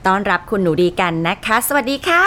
ต้อนรับคุณหนูดีกันนะคะสวัสดีค่ะ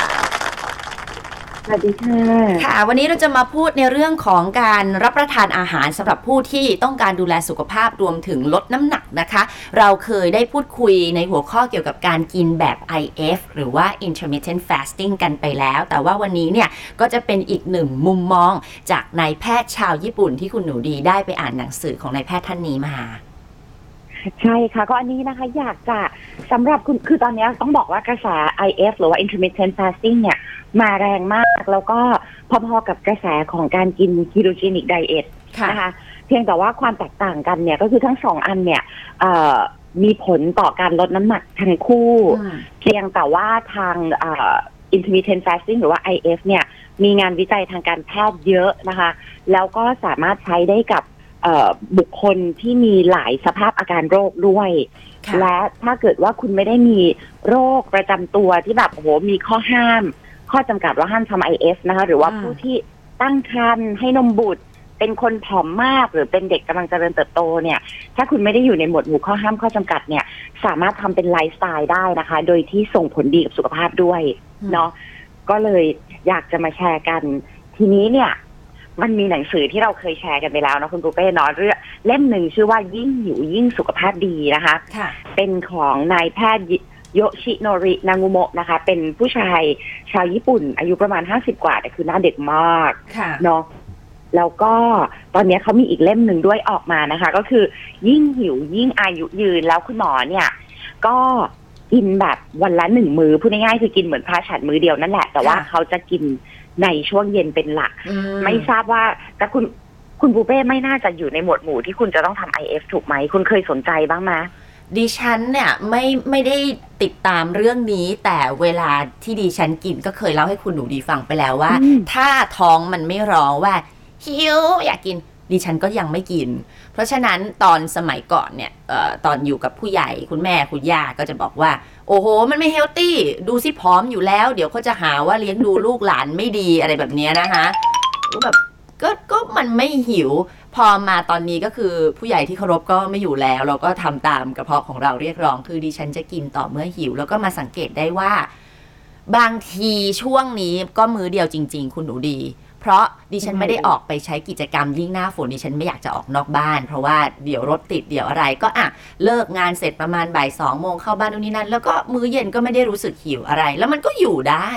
สวัสดีค่ะค่ะวันนี้เราจะมาพูดในเรื่องของการรับประทานอาหารสำหรับผู้ที่ต้องการดูแลสุขภาพรวมถึงลดน้ำหนักนะคะเราเคยได้พูดคุยในหัวข้อเกี่ยวกับการกินแบบ IF หรือว่า Intermittent Fasting กันไปแล้วแต่ว่าวันนี้เนี่ยก็จะเป็นอีกหนึ่งมุมมองจากนายแพทย์ชาวญี่ปุ่นที่คุณหนูดีได้ไปอ่านหนังสือของนายแพทย์ท่านนี้มาใช่ค่ะก็อันนี้นะคะอยากจะสำหรับคุณคือตอนนี้ต้องบอกว่ากระแส IF หรือว่า Intermittent Fasting เนี่ยมาแรงมากแล้วก็พอๆกับกระแสของการกิน Ketogenic Diet นะคะเพียงแต่ว่าความแตกต่างกันเนี่ยก็คือทั้งสองอันเนี่ยมีผลต่อการลดน้ำหนักทั้งคู่เพียงแต่ว่าทางIntermittent Fasting หรือว่า IF เนี่ยมีงานวิจัยทางการแพทย์เยอะนะคะแล้วก็สามารถใช้ได้กับบุคคลที่มีหลายสภาพอาการโรคด้วยและถ้าเกิดว่าคุณไม่ได้มีโรคประจำตัวที่แบบโอ้โหมีข้อห้ามข้อจำกัดว่าห้ามทำ IF นะคะหรือว่าผู้ที่ตั้งครรภ์ให้นมบุตรเป็นคนผอมมากหรือเป็นเด็กกำลังเจริญเติบโตเนี่ยถ้าคุณไม่ได้อยู่ในหมวดหมู่ข้อห้ามข้อจำกัดเนี่ยสามารถทำเป็นไลฟ์สไตล์ได้นะคะโดยที่ส่งผลดีกับสุขภาพด้วยเนาะก็เลยอยากจะมาแชร์กันทีนี้เนี่ยมันมีหนังสือที่เราเคยแชร์กันไปแล้วนะคุณปูเป้เนาะเรื่องเล่มหนึ่งชื่อว่ายิ่งหิวยิ่งสุขภาพดีนะคะเป็นของนายแพทย์โยชิโนรินางุโมะนะคะเป็นผู้ชายชาวญี่ปุ่นอายุประมาณ50กว่าแต่คือหน้าเด็กมากเนาะแล้วก็ตอนนี้เขามีอีกเล่มหนึ่งด้วยออกมานะคะก็คือยิ่งหิวยิ่งอายุยืนแล้วคุณหมอเนี่ยก็กินแบบวันละ1 มื้อพูดง่ายๆคือกินเหมือนพระฉันมื้อเดียวนั่นแหละแต่ว่าเขาจะกินในช่วงเย็นเป็นหลักไม่ทราบว่าแต่คุณปูเป้ไม่น่าจะอยู่ในหมวดหมู่ที่คุณจะต้องทำ IF ถูกไหมคุณเคยสนใจบ้างไหมดิฉันเนี่ยไม่ได้ติดตามเรื่องนี้แต่เวลาที่ดิฉันกินก็เคยเล่าให้คุณหนูดีฟังไปแล้วว่าถ้าท้องมันไม่ร้องว่าหิวอยากกินดิฉันก็ยังไม่กินเพราะฉะนั้นตอนสมัยก่อนเนี่ยตอนอยู่กับผู้ใหญ่คุณแม่คุณย่าก็จะบอกว่าโอ้โหมันไม่เฮลตี้ดูสิผอมอยู่แล้วเดี๋ยวเขาจะหาว่าเลี้ยงดูลูกหลานไม่ดีอะไรแบบนี้นะคะแบบก็มันไม่หิวพอมาตอนนี้ก็คือผู้ใหญ่ที่เคารพก็ไม่อยู่แล้วเราก็ทำตามกระเพาะของเราเรียกร้องคือดิฉันจะกินต่อเมื่อหิวแล้วก็มาสังเกตได้ว่าบางทีช่วงนี้ก็มื้อเดียวจริงๆคุณหนูดีเพราะดิฉันไม่ได้ออกไปใช้กิจกรรมยิ่งหน้าฝนดิฉันไม่อยากจะออกนอกบ้านเพราะว่าเดี๋ยวรถติดเดี๋ยวอะไรก็เลิกงานเสร็จประมาณบ่าย2 โมงเข้าบ้านตรงนี้นั่นแล้วก็มื้อเย็นก็ไม่ได้รู้สึกหิวอะไรแล้วมันก็อยู่ได้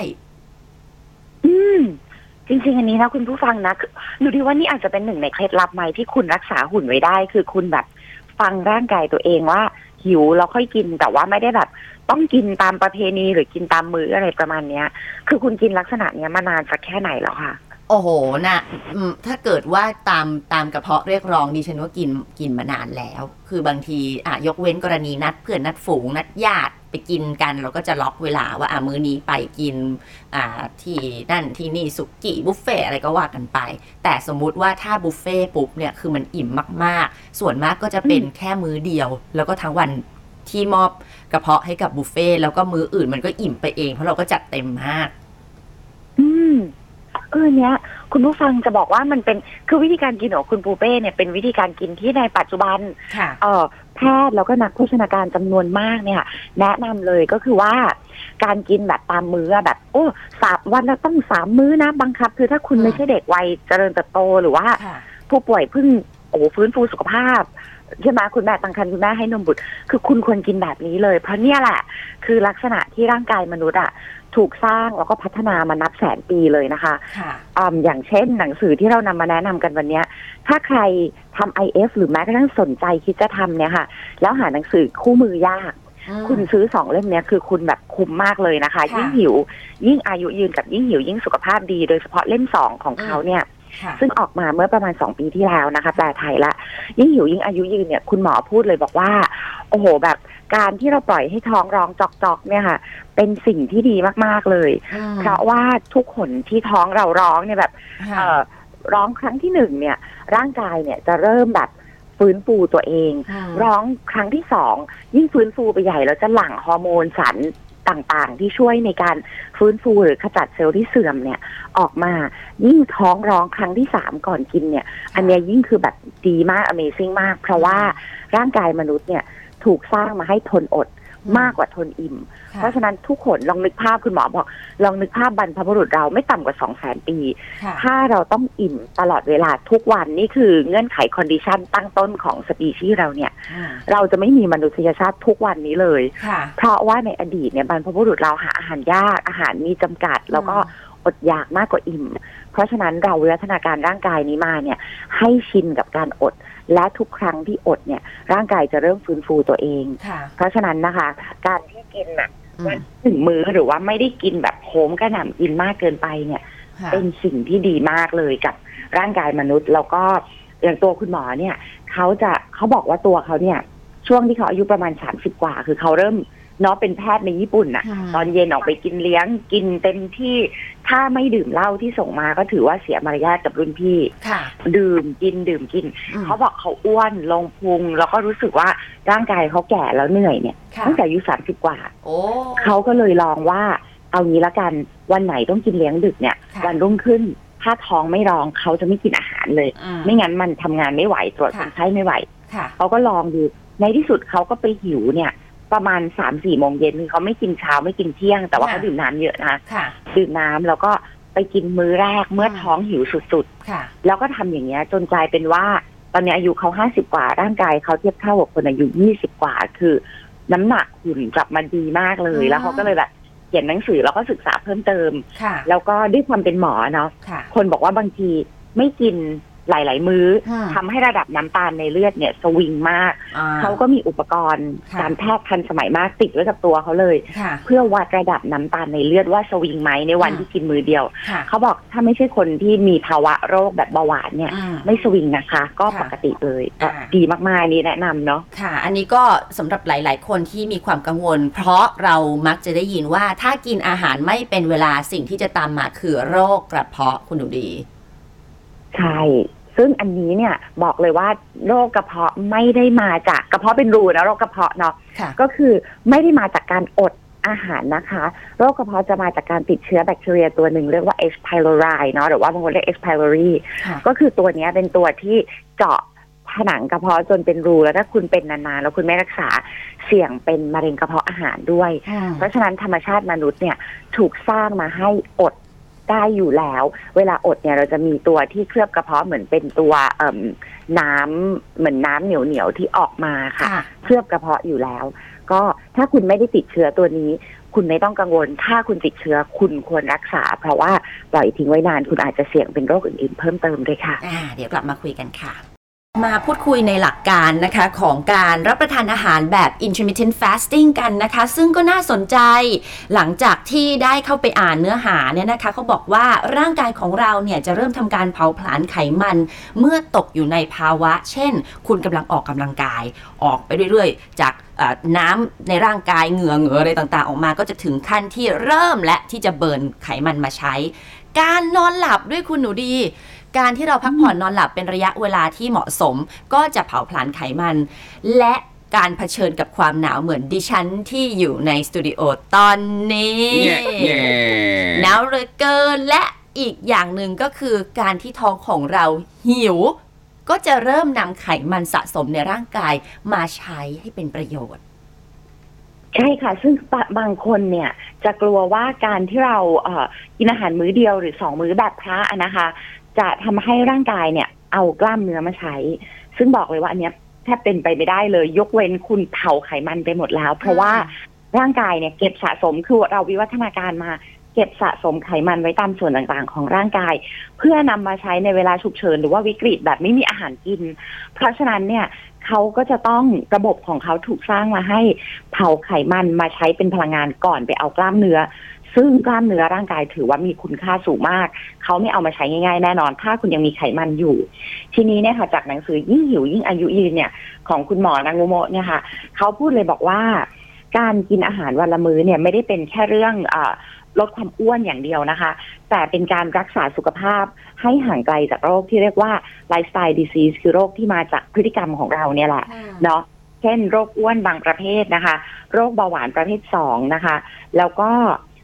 จริงๆอันนี้นะคุณผู้ฟังนะหนูดีว่านี่อาจจะเป็นหนึ่งในเคล็ดลับไหมที่คุณรักษาหุ่นไว้ได้คือคุณแบบฟังร่างกายตัวเองว่าหิวแล้วค่อยกินแต่ว่าไม่ได้แบบต้องกินตามประเพณีหรือกินตามมื้ออะไรประมาณเนี้ยคือคุณกินลักษณะเนี้ยมานานสักแค่ไหนแล้วคะโอ้โหนะถ้าเกิดว่าตามกระเพาะเรียกร้องดิฉันว่ากินมานานแล้วคือบางทียกเว้นกรณีนัดเพื่อนนัดฝูงนัดญาติไปกินกันเราก็จะล็อกเวลาว่ามื้อนี้ไปกินที่นั่นที่นี่สุกี้บุฟเฟ่อะไรก็ว่ากันไปแต่สมมุติว่าถ้าบุฟเฟ่ปุ๊บเนี่ยคือมันอิ่มมากๆส่วนมากก็จะเป็นแค่มื้อเดียวแล้วก็ทั้งวันที่มอบกระเพาะให้กับบุฟเฟ่แล้วก็มื้ออื่นมันก็อิ่มไปเองเพราะเราก็จัดเต็มมากเนี้ยคุณผู้ฟังจะบอกว่ามันเป็นคือวิธีการกินของคุณปูเป้เนี่ยเป็นวิธีการกินที่ในปัจจุบันแพทย์แล้วก็นักโภชนาการจำนวนมากเนี่ยแนะนำเลยก็คือว่าการกินแบบตามมื้อแบบ3 วันแล้วต้อง3 มื้อนะบังคับคือถ้าคุณไม่ใช่เด็กวัยเจริญเติบโตหรือว่าผู้ป่วยเพิ่งฟื้นฟูสุขภาพใช่ไหมคุณแม่ตั้งครรภ์คุณแม่ให้นมบุตรคือคุณควรกินแบบนี้เลยเพราะเนี่ยแหละคือลักษณะที่ร่างกายมนุษย์ถูกสร้างแล้วก็พัฒนามานับแสนปีเลยนะคะอย่างเช่นหนังสือที่เรานำมาแนะนำกันวันนี้ถ้าใครทำ IF หรือแม้กระทั่งสนใจคิดจะทำเนี่ยค่ะแล้วหาหนังสือคู่มือยากคุณซื้อ2 เล่มนี้คือคุณแบบคุ้มมากเลยนะคะยิ่งหิวยิ่งอายุยืนกับยิ่งหิวยิ่งสุขภาพดีโดยเฉพาะเล่ม2ของเขาเนี่ยซึ่งออกมาเมื่อประมาณ2 ปีที่แล้วนะคะแปลไทยละยิ่งหิวยิ่งอายุยืนเนี่ยคุณหมอพูดเลยบอกว่าโอ้โหแบบการที่เราปล่อยให้ท้องร้องจอกๆเนี่ยค่ะเป็นสิ่งที่ดีมากๆเลยเพราะว่าทุกคนที่ท้องเราร้องเนี่ยแบบร้องครั้งที่1เนี่ยร่างกายเนี่ยจะเริ่มแบบฟื้นฟูตัวเองร้องครั้งที่2ยิ่งฟื้นฟูไปใหญ่แล้วจะหลั่งฮอร์โมนสารต่างๆที่ช่วยในการฟื้นฟูหรือขจัดเซลล์ที่เสื่อมเนี่ยออกมายิ่งท้องร้องครั้งที่3ก่อนกินเนี่ยอันนี้ยิ่งคือแบบดีมาก Amazing มากเพราะว่าร่างกายมนุษย์เนี่ยถูกสร้างมาให้ทนอดมากกว่าทนอิ่มเพราะฉะนั้นทุกคนลองนึกภาพคุณหมอบอกลองนึกภาพบรรพบุรุษเราไม่ต่ำกว่า 200,000 ปีถ้าเราต้องอิ่มตลอดเวลาทุกวันนี่คือเงื่อนไขคอนดิชันตั้งต้นของสปีชีส์เราเนี่ยเราจะไม่มีมนุษยชาติทุกวันนี้เลยเพราะว่าในอดีตเนี่ยบรรพบุรุษเราหาอาหารยากอาหารมีจำกัดแล้วก็อดอยากมากกว่าอิ่มเพราะฉะนั้นเราวิวัฒนาการร่างกายนี้มาเนี่ยให้ชินกับการอดและทุกครั้งที่อดเนี่ยร่างกายจะเริ่มฟื้นฟูตัวเองเพราะฉะนั้นนะคะการที่กินวันหนึ่งมื้อหรือว่าไม่ได้กินแบบโหมกระหน่ำกินมากเกินไปเนี่ยเป็นสิ่งที่ดีมากเลยกับร่างกายมนุษย์แล้วก็อย่างตัวคุณหมอเนี่ยเขาบอกว่าตัวเขาเนี่ยช่วงที่เขาอายุประมาณ30กว่าคือเขาเริ่มเนาะเป็นแพทย์ในญี่ปุ่นน่ะตอนเย็นออกไปกินเลี้ยงกินเต็มที่ถ้าไม่ดื่มเหล้าที่ส่งมาก็ถือว่าเสียมารยาทกับรุ่นพี่ดื่มกินเขาบอกเขาอ้วนลงพุงแล้วก็รู้สึกว่าร่างกายเขาแก่แล้วเหนื่อยเนี่ยตั้งแต่อายุ30กว่าเขาก็เลยลองว่าเอางี้ละกันวันไหนต้องกินเลี้ยงดึกเนี่ยวันรุ่งขึ้นถ้าท้องไม่ร้องเขาจะไม่กินอาหารเลยไม่งั้นมันทำงานไม่ไหวตรวจคนไข้ไม่ไหวเขาก็ลองดูในที่สุดเขาก็ไปหิวเนี่ยประมาณ 3-4 โมงเย็นคือเขาไม่กินเช้าไม่กินเที่ยงแต่ว่าเขาดื่มน้ำเยอะนะดื่มน้ำแล้วก็ไปกินมื้อแรกเมื่อท้องหิวสุดๆแล้วก็ทำอย่างเงี้ยจนกลายเป็นว่าตอนนี้อายุเขา50กว่าร่างกายเขาเทียบเท่ากับคนอายุ20กว่าคือน้ำหนักหุ่นกลับมาดีมากเลยแล้วเขาก็เลยแบบเขียนหนังสือแล้วก็ศึกษาเพิ่มเติมแล้วก็ด้วยความเป็นหมอเนาะคนบอกว่าบางทีไม่กินหลายๆมื้อทำให้ระดับน้ำตาลในเลือดเนี่ยสวิงมากเขาก็มีอุปกรณ์การแพทย์ทันสมัยมากติดไว้กับตัวเขาเลยเพื่อวัดระดับน้ำตาลในเลือดว่าสวิงไหมในวันที่กินมื้อเดียวเขาบอกถ้าไม่ใช่คนที่มีภาวะโรคแบบเบาหวานเนี่ยไม่สวิงนะคะก็ปกติเลยดีมากๆนี่แนะนำเนาะค่ะอันนี้ก็สำหรับหลายๆคนที่มีความกังวลเพราะเรามักจะได้ยินว่าถ้ากินอาหารไม่เป็นเวลาสิ่งที่จะตามมาคือโรคกระเพาะคุณดูดีใช่ซึ่งอันนี้เนี่ยบอกเลยว่าโรคกระเพาะไม่ได้มาจากกระเพาะเป็นรูนะโรคกระเพาะเนาะก็คือไม่ได้มาจากการอดอาหารนะคะโรคกระเพาะจะมาจากการติดเชื้อแบคทีเรียตัวหนึ่งเรียกว่า H. pylori เนาะหรือว่าบางคนเรียก H. pylori ก็คือตัวนี้เป็นตัวที่เจาะผนังกระเพาะจนเป็นรูแล้วถ้าคุณเป็นนานๆแล้วคุณไม่รักษาเสี่ยงเป็นมะเร็งกระเพาะอาหารด้วยเพราะฉะนั้นธรรมชาติมนุษย์เนี่ยถูกสร้างมาให้อดได้อยู่แล้วเวลาอดเนี่ยเราจะมีตัวที่เคลือบกระเพาะเหมือนเป็นตัวน้ำเหมือนน้ำเหนียวๆที่ออกมาค่ะเคลือบกระเพาะอยู่แล้วก็ถ้าคุณไม่ได้ติดเชื้อตัวนี้คุณไม่ต้องกังวลถ้าคุณติดเชื้อคุณควรรักษาเพราะว่าปล่อยทิ้งไว้นานคุณอาจจะเสี่ยงเป็นโรคอื่นๆเพิ่มเติมด้วยค่ะเดี๋ยวกลับมาคุยกันค่ะมาพูดคุยในหลักการนะคะของการรับประทานอาหารแบบ intermittent fasting กันนะคะซึ่งก็น่าสนใจหลังจากที่ได้เข้าไปอ่านเนื้อหาเนี่ยนะคะเขาบอกว่าร่างกายของเราเนี่ยจะเริ่มทำการเผาผลาญไขมันเมื่อตกอยู่ในภาวะเช่นคุณกำลังออกกำลังกายออกไปเรื่อยๆจากน้ำในร่างกายเหงื่ออะไรต่างๆออกมาก็จะถึงขั้นที่เริ่มและที่จะเบิร์นไขมันมาใช้การนอนหลับด้วยคุณหนูดีการที่เราพักผ่อนนอนหลับเป็นระยะเวลาที่เหมาะสมก็จะเผาผลาญไขมันและการเผชิญกับความหนาวเหมือนดิฉันที่อยู่ในสตูดิโอตอนนี้หนาวเหลือเกินและอีกอย่างหนึ่งก็คือการที่ท้องของเราหิวก็จะเริ่มนำไขมันสะสมในร่างกายมาใช้ให้เป็นประโยชน์ใช่ค่ะซึ่งบางคนเนี่ยจะกลัวว่าการที่เรากินอาหารมื้อเดียวหรือ2มื้อแบบพระนะคะจะทำให้ร่างกายเนี่ยเอากล้ามเนื้อมาใช้ซึ่งบอกเลยว่าอันเนี้ยแทบเป็นไปไม่ได้เลยยกเว้นคุณเผาไขมันไปหมดแล้วเพราะว่าร่างกายเนี่ยเก็บสะสมคือเราวิวัฒนาการมาเก็บสะสมไขมันไว้ตามส่วนต่างๆของร่างกายเพื่อนำมาใช้ในเวลาฉุกเฉินหรือว่าวิกฤตแบบไม่มีอาหารกินเพราะฉะนั้นเนี่ยเขาก็จะต้องระบบของเขาถูกสร้างมาให้เผาไขมันมาใช้เป็นพลังงานก่อนไปเอากล้ามเนื้อซึ่งกล้ามเนื้อร่างกายถือว่ามีคุณค่าสูงมากเขาไม่เอามาใช้ง่ายๆแน่นอนถ้าคุณยังมีไขมันอยู่ทีนี้เนี่ยค่ะจากหนังสือยิ่งหิวยิ่งอายุยืนเนี่ยของคุณหมอนางุโมะเนี่ยค่ะเขาพูดเลยบอกว่าการกินอาหารวันละมื้อเนี่ยไม่ได้เป็นแค่เรื่องลดความอ้วนอย่างเดียวนะคะแต่เป็นการรักษาสุขภาพให้ห่างไกลจากโรคที่เรียกว่า lifestyle disease คือโรคที่มาจากพฤติกรรมของเราเนี่ยแหละเนาะเช่นโรคอ้วนบางประเภทนะคะโรคเบาหวานประเภท2นะคะแล้วก็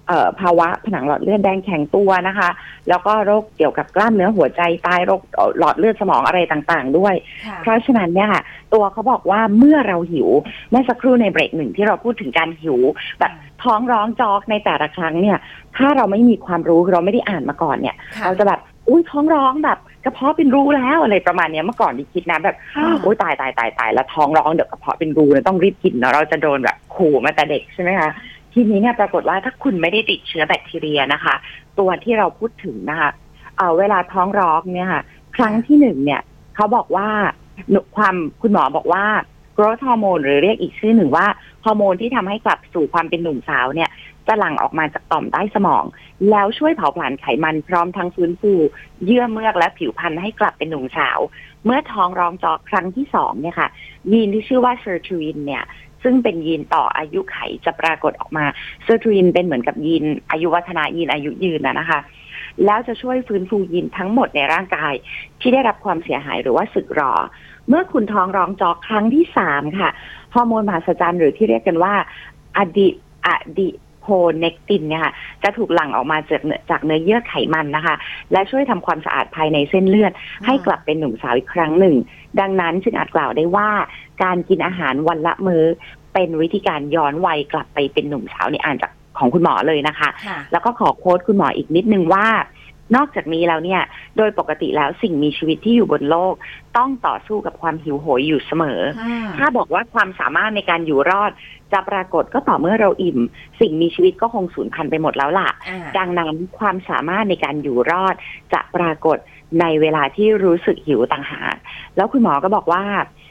ภาวะผนังหลอดเลือดแดงแข็งตัวนะคะแล้วก็โรคเกี่ยวกับกล้ามเนื้อหัวใจตายโรคหลอดเลือดสมองอะไรต่างๆด้วยเพราะฉะนั้นเนี่ยค่ะตัวเขาบอกว่าเมื่อเราหิวเมื่อสักครู่ในเบรกหนึ่งที่เราพูดถึงการหิวแบบท้องร้องจอกในแต่ละครั้งเนี่ยถ้าเราไม่มีความรู้เราไม่ได้อ่านมาก่อนเนี่ยเราจะแบบอุ้ยท้องร้องแบบกระเพาะเป็นรูแล้วอะไรประมาณนี้เมื่อก่อนดิคิดนะแบบโอ้ยตายแล้วท้องร้องเดี๋ยวกระเพาะเป็นรูเลยต้องรีบกินเนาะเราจะโดนแบบขู่มาแต่เด็กใช่ไหมคะทีนี้เนี่ยปรากฏว่าถ้าคุณไม่ได้ติดเชื้อแบคทีเรียนะคะตัวที่เราพูดถึงนะคะเวลาท้องร้องเนี่ยค่ะครั้งที่หนึ่งเนี่ยเขาบอกว่าคุณหมอบอกว่า growth hormone หรือเรียกอีกชื่อหนึ่งว่าฮอร์โมนที่ทำให้กลับสู่ความเป็นหนุ่มสาวเนี่ยจะหลั่งออกมาจากต่อมใต้สมองแล้วช่วยเผาผลาญไขมันพร้อมทั้งฟื้นฟูเยื่อเมือกและผิวพรรณให้กลับเป็นหนุ่มสาวเมื่อท้องร้องจอกครั้งที่2เนี่ยค่ะยีนที่ชื่อว่า sirtuin เนี่ยซึ่งเป็นยีนต่ออายุไขจะปรากฏออกมา sirtuin เป็นเหมือนกับยีนอายุวัฒนะยีนอายุยืนนะคะแล้วจะช่วยฟื้นฟูยีนทั้งหมดในร่างกายที่ได้รับความเสียหายหรือว่าสึกหรอเมื่อคุณท้องร้องจอกครั้งที่3ค่ะฮอร์โมนมหัศจรรย์หรือที่เรียกกันว่าอะดิโพเนกตินเนี่ยค่ะจะถูกหลั่งออกมาจากเนื้อเยื่อไขมันนะคะและช่วยทำความสะอาดภายในเส้นเลือดให้กลับเป็นหนุ่มสาวอีกครั้งหนึ่งดังนั้นจึงอาจกล่าวได้ว่าการกินอาหารวันละมื้อเป็นวิธีการย้อนวัยกลับไปเป็นหนุ่มสาวในอ่านจากของคุณหมอเลยนะคะแล้วก็ขอโค้ดคุณหมออีกนิดนึงว่านอกจากนี้แล้วเนี่ยโดยปกติแล้วสิ่งมีชีวิตที่อยู่บนโลกต้องต่อสู้กับความหิวโหยอยู่เสมอถ้าบอกว่าความสามารถในการอยู่รอดจะปรากฏก็ต่อเมื่อเราอิ่มสิ่งมีชีวิตก็คงสูญพันธุ์ไปหมดแล้วล่ะดังนั้นความสามารถในการอยู่รอดจะปรากฏในเวลาที่รู้สึกหิวต่างหากแล้วคุณหมอก็บอกว่า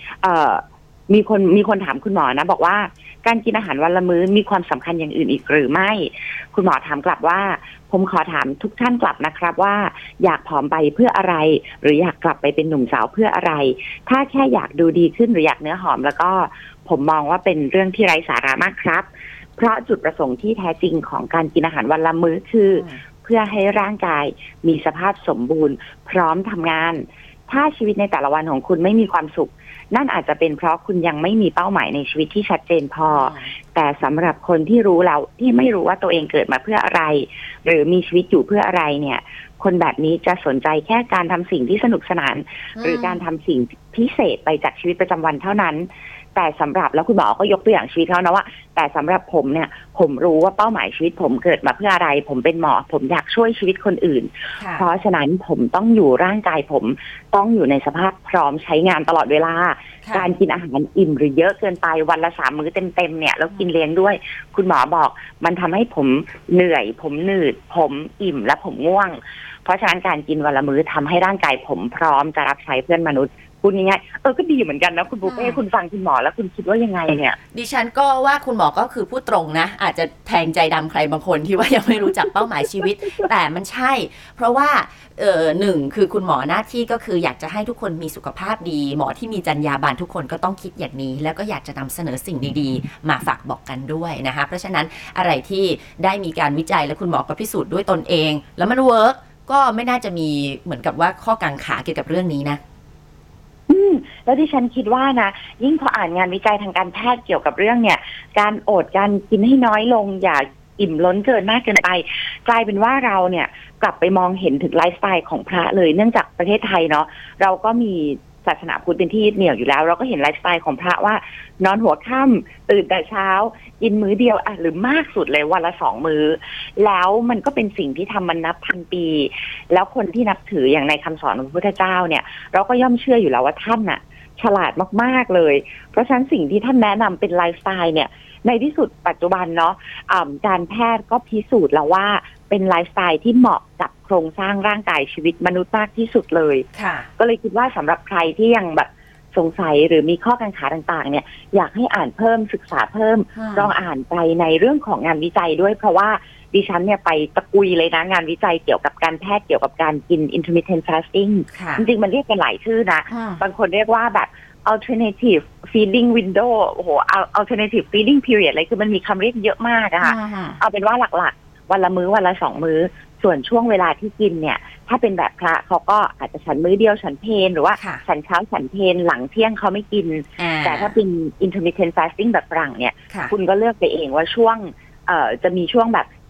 มีคนถามคุณหมอนะบอกว่าการกินอาหารวันละมื้อมีความสำคัญอย่างอื่นอีกหรือไม่คุณหมอถามกลับว่าผมขอถามทุกท่านกลับนะครับว่าอยากผอมไปเพื่ออะไรหรืออยากกลับไปเป็นหนุ่มสาวเพื่ออะไรถ้าแค่อยากดูดีขึ้นหรืออยากเนื้อหอมแล้วก็ผมมองว่าเป็นเรื่องที่ไร้สาระมากครับเพราะจุดประสงค์ที่แท้จริงของการกินอาหารวันละมื้อคือเพื่อให้ร่างกายมีสภาพสมบูรณ์พร้อมทำงานถ้าชีวิตในแต่ละวันของคุณไม่มีความสุขนั่นอาจจะเป็นเพราะคุณยังไม่มีเป้าหมายในชีวิตที่ชัดเจนพอแต่สำหรับคนที่รู้แล้วที่ไม่รู้ว่าตัวเองเกิดมาเพื่ออะไรหรือมีชีวิตอยู่เพื่ออะไรเนี่ยคนแบบนี้จะสนใจแค่การทำสิ่งที่สนุกสนานหรือการทำสิ่งพิเศษไปจากชีวิตประจำวันเท่านั้นแต่สำหรับแล้วคุณหมอก็ยกตัวอย่างชีวิตเขานะว่าแต่สำหรับผมเนี่ยผมรู้ว่าเป้าหมายชีวิตผมเกิดมาเพื่ออะไรผมเป็นหมอผมอยากช่วยชีวิตคนอื่นเพราะฉะนั้นผมต้องอยู่ร่างกายผมต้องอยู่ในสภาพพร้อมใช้งานตลอดเวลาการกินอาหารอิ่มหรือเยอะเกินไปวันละ3 มื้อเต็มๆเนี่ยแล้วกินเลี้ยงด้วยคุณหมอบอกมันทำให้ผมเหนื่อยผมหนืดผมอิ่มและผมง่วงเพราะฉะนั้นการกินวันละมื้อทำให้ร่างกายผมพร้อมจะรับใช้เพื่อนมนุษย์พูดง่ายๆก็ดีเหมือนกันนะคุณบุ๊คคุณฟังคุณหมอแล้วคุณคิดว่ายังไงเนี่ยดิฉันก็ว่าคุณหมอก็คือพูดตรงนะอาจจะแทงใจดำใครบางคนที่ว่ายังไม่รู้จักเป้าหมายชีวิต แต่มันใช่เพราะว่าหนึ่งคือคุณหมอหน้าที่ก็คืออยากจะให้ทุกคนมีสุขภาพดีหมอที่มีจรรยาบรรณทุกคนก็ต้องคิดอย่างนี้แล้วก็อยากจะนำเสนอสิ่งดีๆมาฝากบอกกันด้วยนะคะเพราะฉะนั้นอะไรที่ได้มีการวิจัยและคุณหมอก็พิสูจน์ด้วยตนเองแล้วมันเวิร์กก็ไม่น่าจะมีเหมือนกับว่าข้อกังขาเกี่ยวกับเรื่องนี้นะแล้วที่ฉันคิดว่านะยิ่งพออ่านงานวิจัยทางการแพทย์เกี่ยวกับเรื่องเนี่ยการอดการกินให้น้อยลงอย่าอิ่มล้นเกินมากเกินไปกลายเป็นว่าเราเนี่ยกลับไปมองเห็นถึงไลฟ์สไตล์ของพระเลยเนื่องจากประเทศไทยเนาะเราก็มีศาสนาพุทธเป็นที่ยึดเหนี่ยวอยู่แล้วเราก็เห็นไลฟ์สไตล์ของพระว่านอนหัวค่ำตื่นแต่เช้ากินมื้อเดียวหรือมากสุดเลยวันละ2 มื้อแล้วมันก็เป็นสิ่งที่ทำมันนับพันปีแล้วคนที่นับถืออย่างในคำสอนของพระพุทธเจ้าเนี่ยเราก็ย่อมเชื่ออยู่แล้วว่าท่านน่ะฉลาดมากๆเลยเพราะฉะนั้นสิ่งที่ท่านแนะนำเป็นไลฟ์สไตล์เนี่ยในที่สุดปัจจุบันเนาะการแพทย์ก็พิสูจน์แล้วว่าเป็นไลฟ์สไตล์ที่เหมาะกับโครงสร้างร่างกายชีวิตมนุษย์มากที่สุดเลยก็เลยคิดว่าสำหรับใครที่ยังแบบสงสัยหรือมีข้อกังขาต่างๆเนี่ยอยากให้อ่านเพิ่มศึกษาเพิ่มลองอ่านไปในเรื่องของงานวิจัยด้วยเพราะว่าดิฉันเนี่ยไปตะกุยเลยนะงานวิจัยเกี่ยวกับการแพทย์เกี่ยวกับการกิน intermittent fasting จริงๆมันเรียกกันหลายชื่อนะบางคนเรียกว่าแบบ alternative feeding window โอ้โห alternative feeding period อะไรคือมันมีคำเรียกเยอะมากอะค่ะเอาเป็นว่าหลักๆวันละมื้อวันละ2 มื้อส่วนช่วงเวลาที่กินเนี่ยถ้าเป็นแบบพระเขาก็อาจจะฉันมื้อเดียวฉันเพลหรือว่าฉันเช้าฉันเพลหลังเที่ยงเขาไม่กินแต่ถ้าเป็น intermittent fasting แบบฝรั่งเนี่ยคุณก็เลือกไปเองว่าช่วงจะมีช่วงแบบ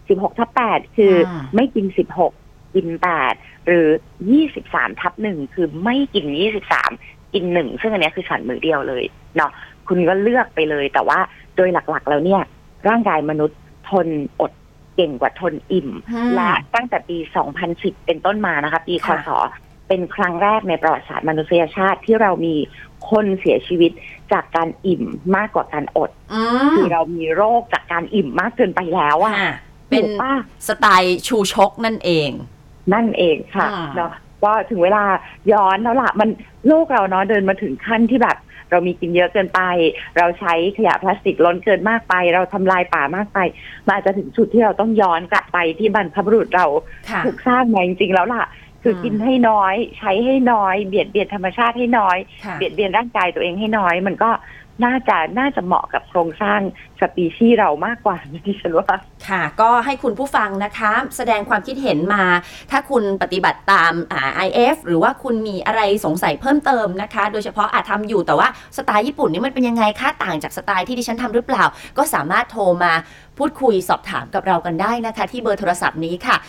16/8คือไม่กิน16กิน8หรือ23/1คือไม่กิน23กิน1ซึ่งอันนี้คือฉันมื้อเดียวเลยเนาะคุณก็เลือกไปเลยแต่ว่าโดยหลักๆแล้วเนี่ยร่างกายมนุษย์ทนอดเก่งกว่าทนอิ่มและตั้งแต่ปี2010เป็นต้นมานะคะปีคศเป็นครั้งแรกในประวัติศาสตร์มนุษยชาติที่เรามีคนเสียชีวิตจากการอิ่มมากกว่าการอดคือเรามีโรคจากการอิ่มมากเกินไปแล้วอ่ะเป็นสไตล์ชูชกนั่นเองค่ะเนาะก็ถึงเวลาย้อนแล้วล่ะมันโลกเราเนาะเดินมาถึงขั้นที่แบบเรามีกินเยอะเกินไปเราใช้ขยะพลาสติกล้นเกินมากไปเราทำลายป่ามากไปมันอาจจะถึงจุดที่เราต้องย้อนกลับไปที่บรรพบุรุษเราถูกสร้างมาจริงๆแล้วล่ะคือกินให้น้อยใช้ให้น้อยเบียดเบียนธรรมชาติให้น้อยเบียดเบียนร่างกายตัวเองให้น้อยมันก็น่าจะเหมาะกับโครงสร้างสปีชีส์เรามากกว่าที่ฉันว่าค่ะก็ให้คุณผู้ฟังนะคะแสดงความคิดเห็นมาถ้าคุณปฏิบัติตามIF หรือว่าคุณมีอะไรสงสัยเพิ่มเติมนะคะโดยเฉพาะทำอยู่แต่ว่าสไตล์ญี่ปุ่นนี่มันเป็นยังไงคะต่างจากสไตล์ที่ดิฉันทำหรือเปล่าก็สามารถโทรมาพูดคุยสอบถามกับเรากันได้นะคะที่เบอร์โทรศัพท์นี้ค่ะ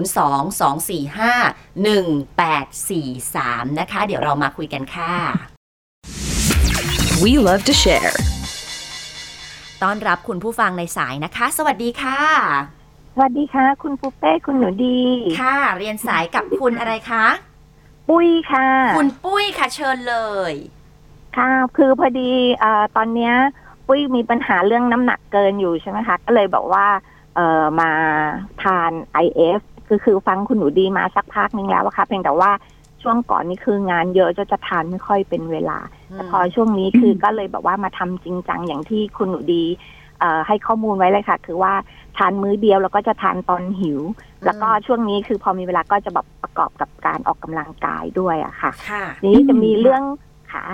022451843นะคะเดี๋ยวเรามาคุยกันค่ะ We love to share ต้อนรับคุณผู้ฟังในสายนะคะสวัสดีค่ะสวัสดีค่ะคุณปูเป้คุณหนูดีค่ะเรียนสายกับคุณอะไรคะปุ้ยค่ะคุณปุ้ยค่ะเชิญเลยค่ะคือพอดีตอนนี้ปุ้ยมีปัญหาเรื่องน้ำหนักเกินอยู่ใช่ไหมคะก็เลยบอกว่ามาทาน IF คือฟังคุณหนูดีมาสักพักนึงแล้วค่ะเพียงแต่ว่าช่วงก่อนนี่คืองานเยอะจะทานไม่ค่อยเป็นเวลาแต่พอช่วงนี้คือก็เลยแบบว่ามาทำจริงจังอย่างที่คุณหนูดีให้ข้อมูลไว้เลยค่ะคือว่าทานมื้อเดียวแล้วก็จะทานตอนหิวแล้วก็ช่วงนี้คือพอมีเวลาก็จะแบบประกอบกับการออกกำลังกายด้วยอะค่ะนี้จะมีเรื่องค่ะ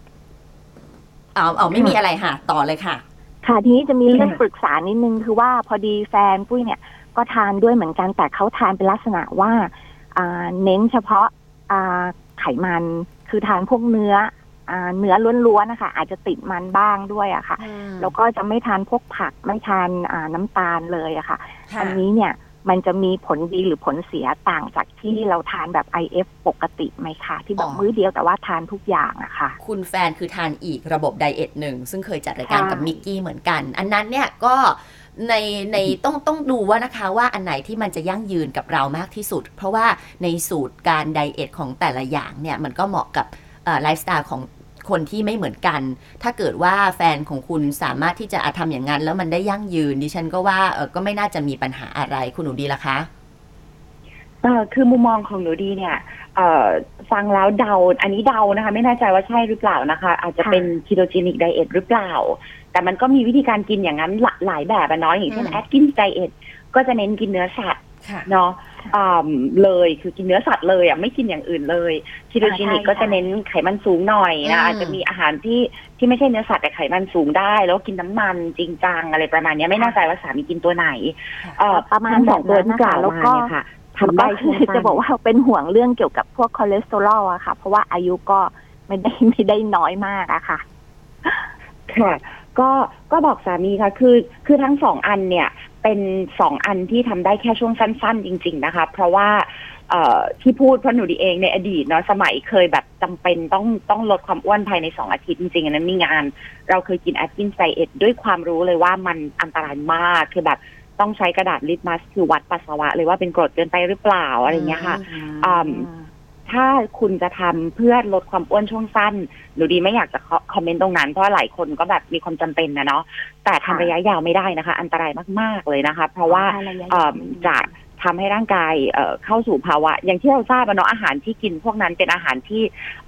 ไม่มีอะไรค่ะต่อเลยค่ะค่ะทีนี้จะมีเรื่องปรึกษานิดนึงคือว่าพอดีแฟนปุ้ยเนี่ยก็ทานด้วยเหมือนกันแต่เขาทานเป็นลักษณะว่าเน้นเฉพาะไขมันคือทานพวกเนื้อล้วนๆนะคะอาจจะติดมันบ้างด้วยอะค่ะแล้วก็จะไม่ทานพวกผักไม่ทานน้ำตาลเลยอะค่ะอันนี้เนี่ยมันจะมีผลดีหรือผลเสียต่างจากที่เราทานแบบ IF ปกติไหมคะที่แบบมื้อเดียวแต่ว่าทานทุกอย่างอะค่ะคุณแฟนคือทานอีกระบบไดเอทหนึ่งซึ่งเคยจัดรายการกับมิกกี้เหมือนกันอันนั้นเนี่ยก็ในต้องดูว่านะคะว่าอันไหนที่มันจะยั่งยืนกับเรามากที่สุดเพราะว่าในสูตรการไดเอทของแต่ละอย่างเนี่ยมันก็เหมาะกับไลฟ์สไตล์ของคนที่ไม่เหมือนกันถ้าเกิดว่าแฟนของคุณสามารถที่จะทำอย่างนั้นแล้วมันได้ยั่งยืนดิฉันก็ว่าก็ไม่น่าจะมีปัญหาอะไรคุณหนูดีล่ะคะคือมุมมองของหนูดีเนี่ยฟังแล้วเดาอันนี้เดานะคะไม่แน่ใจว่าใช่หรือเปล่านะคะอาจจะเป็น ketogenic diet หรือเปล่าแต่มันก็มีวิธีการกินอย่างนั้นหลายแบบน้อยอย่างเช่น Atkins diet ก็จะเน้นกินเนื้อสัตว์เนาะเลยคือกินเนื้อสัตว์เลยไม่กินอย่างอื่นเลยketogenicก็จะเน้นไขมันสูงหน่อยนะอาจจะมีอาหารที่ไม่ใช่เนื้อสัตว์แต่ไขมันสูงได้แล้วกินน้ำมันจริงจังอะไรประมาณนี้ไม่แน่ใจว่าสามีกินตัวไหนประมาณ2ตัวที่กล่าวมาเนี่ยค่ะทำได้จะบอกว่าเป็นห่วงเรื่องเกี่ยวกับพวกคอเลสเตอรอลอะค่ะเพราะว่าอายุก็ไม่ได้น้อยมากอะค่ะค่ะก็บอกสามีค่ะคือทั้ง2อันเนี่ยเป็น2อันที่ทำได้แค่ช่วงสั้นๆจริงๆนะคะเพราะว่าที่พูดเพราะหนูดีเองในอดีตเนาะสมัยเคยแบบจำเป็นต้องลดความอ้วนภายใน2อาทิตย์จริงๆอันนั้นมีงานเราเคยกิน Atkins Diet ด้วยความรู้เลยว่ามันอันตรายมากคือแบบต้องใช้กระดาษลิตมัสคือวัดปัสสาวะเลยว่าเป็นกรดเกินไปหรือเปล่าอะไรเงี้ยค่ะถ้าคุณจะทำเพื่อลดความอ้วนช่วงสั้นหนูดีไม่อยากจะคอมเมนต์ตรงนั้นเพราะหลายคนก็แบบมีความจำเป็นนะเนาะแต่ทำระยะยาวไม่ได้นะคะอันตรายมากๆเลยนะคะเพราะว่าจะทำให้ร่างกายเข้าสู่ภาวะอย่างที่เราทราบเนาะอาหารที่กินพวกนั้นเป็นอาหารที่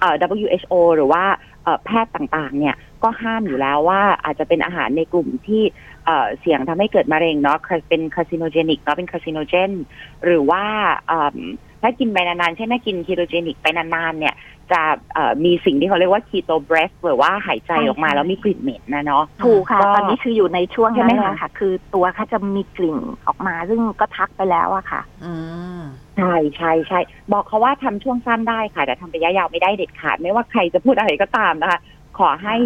WHO หรือว่าแพทย์ต่างๆเนี่ยก็ห้ามอยู่แล้วว่าอาจจะเป็นอาหารในกลุ่มที่เสี่ยงทำให้เกิดมะเร็งเนาะเป็นคาร์ซิโนเจนิกเนาะเป็นคาร์ซิโนเจนหรือว่าถ้ากินไปนานๆเช่นถ้ากินคีโตเจนิกไปนานๆเนี่ยจะมีสิ่งที่เขาเรียกว่าคีโตเบรสหรือว่าหายใจออกมาแล้วมีกลิ่นเหม็นนะเนาะถูกค่ะตอนนี้คืออยู่ในช่วงนั้นเลยค่ะคือตัวเขาจะมีกลิ่นออกมาซึ่งก็ทักไปแล้วอะค่ะใช่บอกเขาว่าทำช่วงสั้นได้ค่ะแต่ทำระยะยาวไม่ได้เด็ดขาดไม่ว่าใครจะพูดอะไรก็ตามนะคะขอให้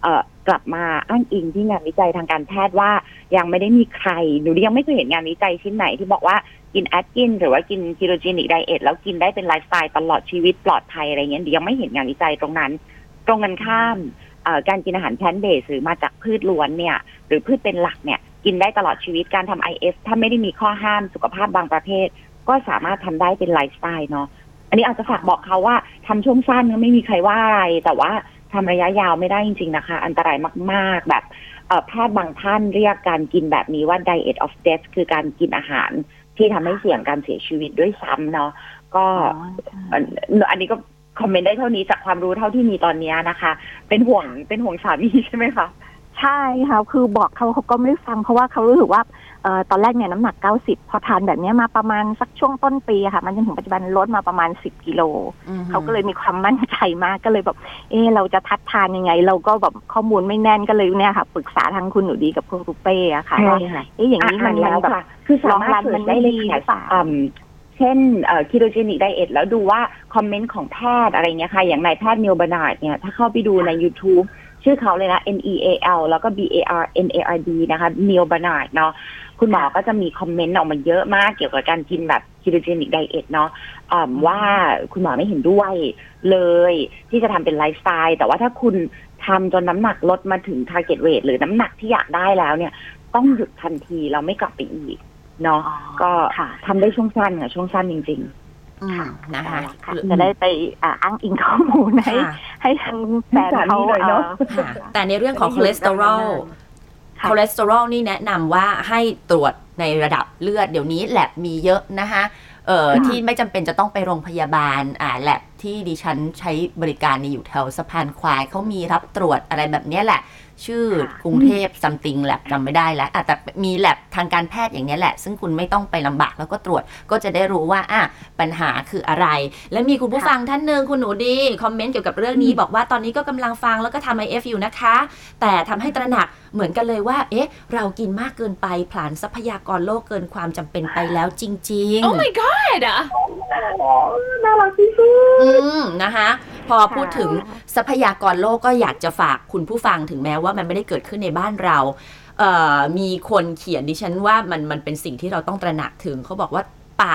กลับมาอ้างอิงที่งานวิจัยทางการแพทย์ว่ายังไม่ได้มีใครหนูยังไม่เคยเห็นงานวิจัยชิ้นไหนที่บอกว่ากินแอตกินหรือว่ากินคีโตเจนิกไดเอทแล้วกินได้เป็นไลฟ์สไตล์ตลอดชีวิตปลอดภัยอะไรเงี้ยยังไม่เห็นงานวิจัยตรงนั้นตรงกันข้ามการกินอาหารแพลนท์เบสหรือมาจากพืชล้วนเนี่ยหรือพืชเป็นหลักเนี่ยกินได้ตลอดชีวิตการทำ IF ถ้าไม่ได้มีข้อห้ามสุขภาพบางประเภทก็สามารถทำได้เป็นไลฟ์สไตล์เนาะอันนี้อาจจะฝากบอกเขาว่าทำช่วงสั้นก็ไม่มีใครว่าอะไรแต่ว่าทำระยะยาวไม่ได้จริงๆนะคะอันตรายมากๆแบบแพทย์บางท่านเรียกการกินแบบนี้ว่า diet of death คือการกินอาหารที่ทำให้เสี่ยงการเสียชีวิตด้วยซ้ำเนาะก็อันนี้ก็คอมเมนต์ได้เท่านี้จากความรู้เท่าที่มีตอนนี้นะคะเป็นห่วงสามีใช่ไหมคะใช่ค่ะคือบอกเขาก็ไม่ได้ฟังเพราะว่าเขารู้สึกว่าตอนแรกเนี่ยน้ำหนัก90พอทานแบบนี้มาประมาณสักช่วงต้นปีค่ะมันจนถึงปัจจุบันลดมาประมาณ10กิโลเขาก็เลยมีความมั่นใจมากก็เลยแบบเราจะทัดทานยังไงเราก็แบบข้อมูลไม่แน่นก็เลยเนี่ยค่ะปรึกษาทางคุณหนูดีกับคุณรูเป้อะค่ะว่าอย่างนี้มันแล้วแบบคือสามารถมันได้เลยค่ะเช่นคีโตเจนิกไดเอทแล้วดูว่าคอมเมนต์ของแพทย์อะไรเงี้ยค่ะอย่างนายแพทย์เนียลบานาร์ดเนี่ยถ้าเข้าไปดูใน YouTube ชื่อเขาเลยนะ NEAL แล้วก็ BARNARD นะคะเนียลบานาร์ดเนาะคุณหมอก็จะมีคอมเมนต์ออกมาเยอะมากเกี่ยวกับการกินแบบคีโตเจนิกไดเอทเนาะว่าคุณหมอไม่เห็นด้วยเลยที่จะทำเป็นไลฟ์สไตล์แต่ว่าถ้าคุณทำจนน้ำหนักลดมาถึง target weight หรือน้ำหนักที่อยากได้แล้วเนี่ยต้องหยุดทันทีเราไม่กลับไปอีกเนาะก็ทำได้ช่วงสั้นค่ะช่วงสั้นจริงๆนะคะจะได้ไปอ้างอิงข้อมูลให้ทางแฟนเขาเนาะแต่ในเรื่องของคอเลสเตอรอลนี่แนะนำว่าให้ตรวจในระดับเลือดเดี๋ยวนี้แลบมีเยอะนะคะที่ไม่จำเป็นจะต้องไปโรงพยาบาลแลบที่ดิฉันใช้บริการอยู่แถวสะพานควายเขามีรับตรวจอะไรแบบนี้แหละชื่อกรุงเทพซัมติงแลบจำไม่ได้แล้วแต่มีแลบทางการแพทย์อย่างนี้แหละซึ่งคุณไม่ต้องไปลำบากแล้วก็ตรวจก็จะได้รู้ว่าปัญหาคืออะไรและมีคุณผู้ฟังท่านนึงคุณหนูดีคอมเมนต์เกี่ยวกับเรื่องนี้บอกว่าตอนนี้ก็กำลังฟังแล้วก็ทำ IF อยู่นะคะแต่ทำให้ตระหนักเหมือนกันเลยว่าเรากินมากเกินไปผลาญทรัพยากรโลกเกินความจำเป็นไปแล้วจริงๆ Oh my god น่ารักที่สุดนะคะพอพูดถึงทรัพยากรโลกก็อยากจะฝากคุณผู้ฟังถึงแม้ว่ามันไม่ได้เกิดขึ้นในบ้านเรามีคนเขียนดิฉันว่ามันเป็นสิ่งที่เราต้องตระหนักถึงเขาบอกว่าป่า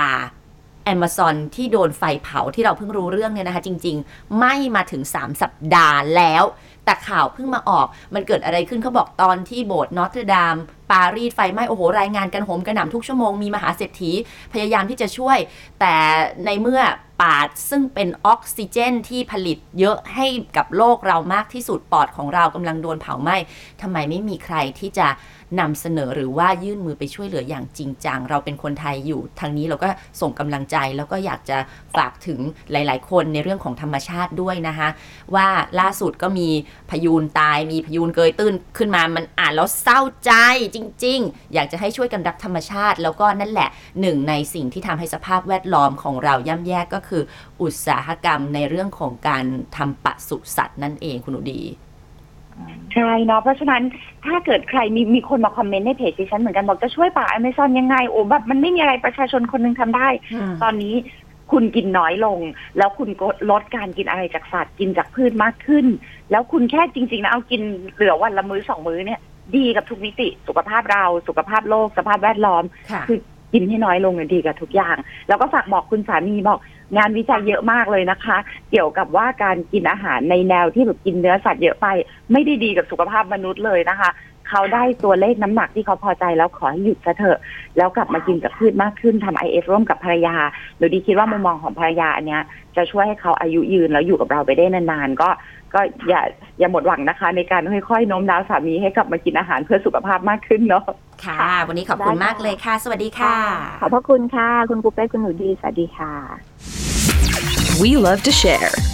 Amazon ที่โดนไฟเผาที่เราเพิ่งรู้เรื่องเนี่ยนะคะจริงๆไหม้มาถึง3สัปดาห์แล้วแต่ข่าวเพิ่งมาออกมันเกิดอะไรขึ้นเขาบอกตอนที่โบสถ์นอตเทอร์ดามปารีสไฟไหม้โอ้โหรายงานกันโหมกระหน่ำทุกชั่วโมงมีมหาเศรษฐีพยายามที่จะช่วยแต่ในเมื่อป่าซึ่งเป็นออกซิเจนที่ผลิตเยอะให้กับโลกเรามากที่สุดปอดของเรากำลังโดนเผาไหม้ทำไมไม่มีใครที่จะนำเสนอหรือว่ายื่นมือไปช่วยเหลืออย่างจริงจังเราเป็นคนไทยอยู่ทางนี้เราก็ส่งกำลังใจแล้วก็อยากจะฝากถึงหลายๆคนในเรื่องของธรรมชาติด้วยนะคะว่าล่าสุดก็มีพยูนตายมีพยูนเกยตื้นขึ้นมามันอ่านแล้วเศร้าใจจริงๆอยากจะให้ช่วยกันรักธรรมชาติแล้วก็นั่นแหละหนึ่งในสิ่งที่ทำให้สภาพแวดล้อมของเราย่ำแย่ก็คืออุตสาหกรรมในเรื่องของการทำปศุสัตว์นั่นเองคุณหนูดีใช่เนาะเพราะฉะนั้นถ้าเกิดใครมีคนมาคอมเมนต์ในเพจดิฉันเหมือนกันบอกจะช่วยป่า Amazon ยังไงโอ้แบบมันไม่มีอะไรประชาชนคนนึงทำได้ตอนนี้คุณกินน้อยลงแล้วคุณก็ลดการกินอะไรจากสัตว์กินจากพืชมากขึ้นแล้วคุณแค่จริงๆนะเอากินเหลือวันละมื้อ2 มื้อเนี่ยดีกับทุกมิติสุขภาพเราสุขภาพโลกสภาพแวดล้อมคือกินให้น้อยลงดีกับทุกอย่างแล้วก็ฝากบอกคุณสามีบอกงานวิจัยเยอะมากเลยนะคะเกี่ยวกับว่าการกินอาหารในแนวที่แบบกินเนื้อสัตว์เยอะไปไม่ได้ดีกับสุขภาพมนุษย์เลยนะคะเขาได้ตัวเลขน้ำหนักที่เขาพอใจแล้วขอให้หยุดซะเถอะแล้วกลับมากินกับพืชมากขึ้นทำ IF ร่วมกับภรรยาโดยดีคิดว่ามุมมองของภรรยาอันเนี้ยจะช่วยให้เขาอายุยืนแล้วอยู่กับเราไปได้นานๆก็อย่าหมดหวังนะคะในการค่อยๆโน้มน้าวสามีให้กลับมากินอาหารเพื่อสุขภาพมากขึ้นเนาะค่ะวันนี้ขอบคุณมากเลยค่ะสวัสดีค่ะขอบพระคุณค่ะคุณปุ๊กเป้คุณหนูดีสวัสดีค่ะ We love to share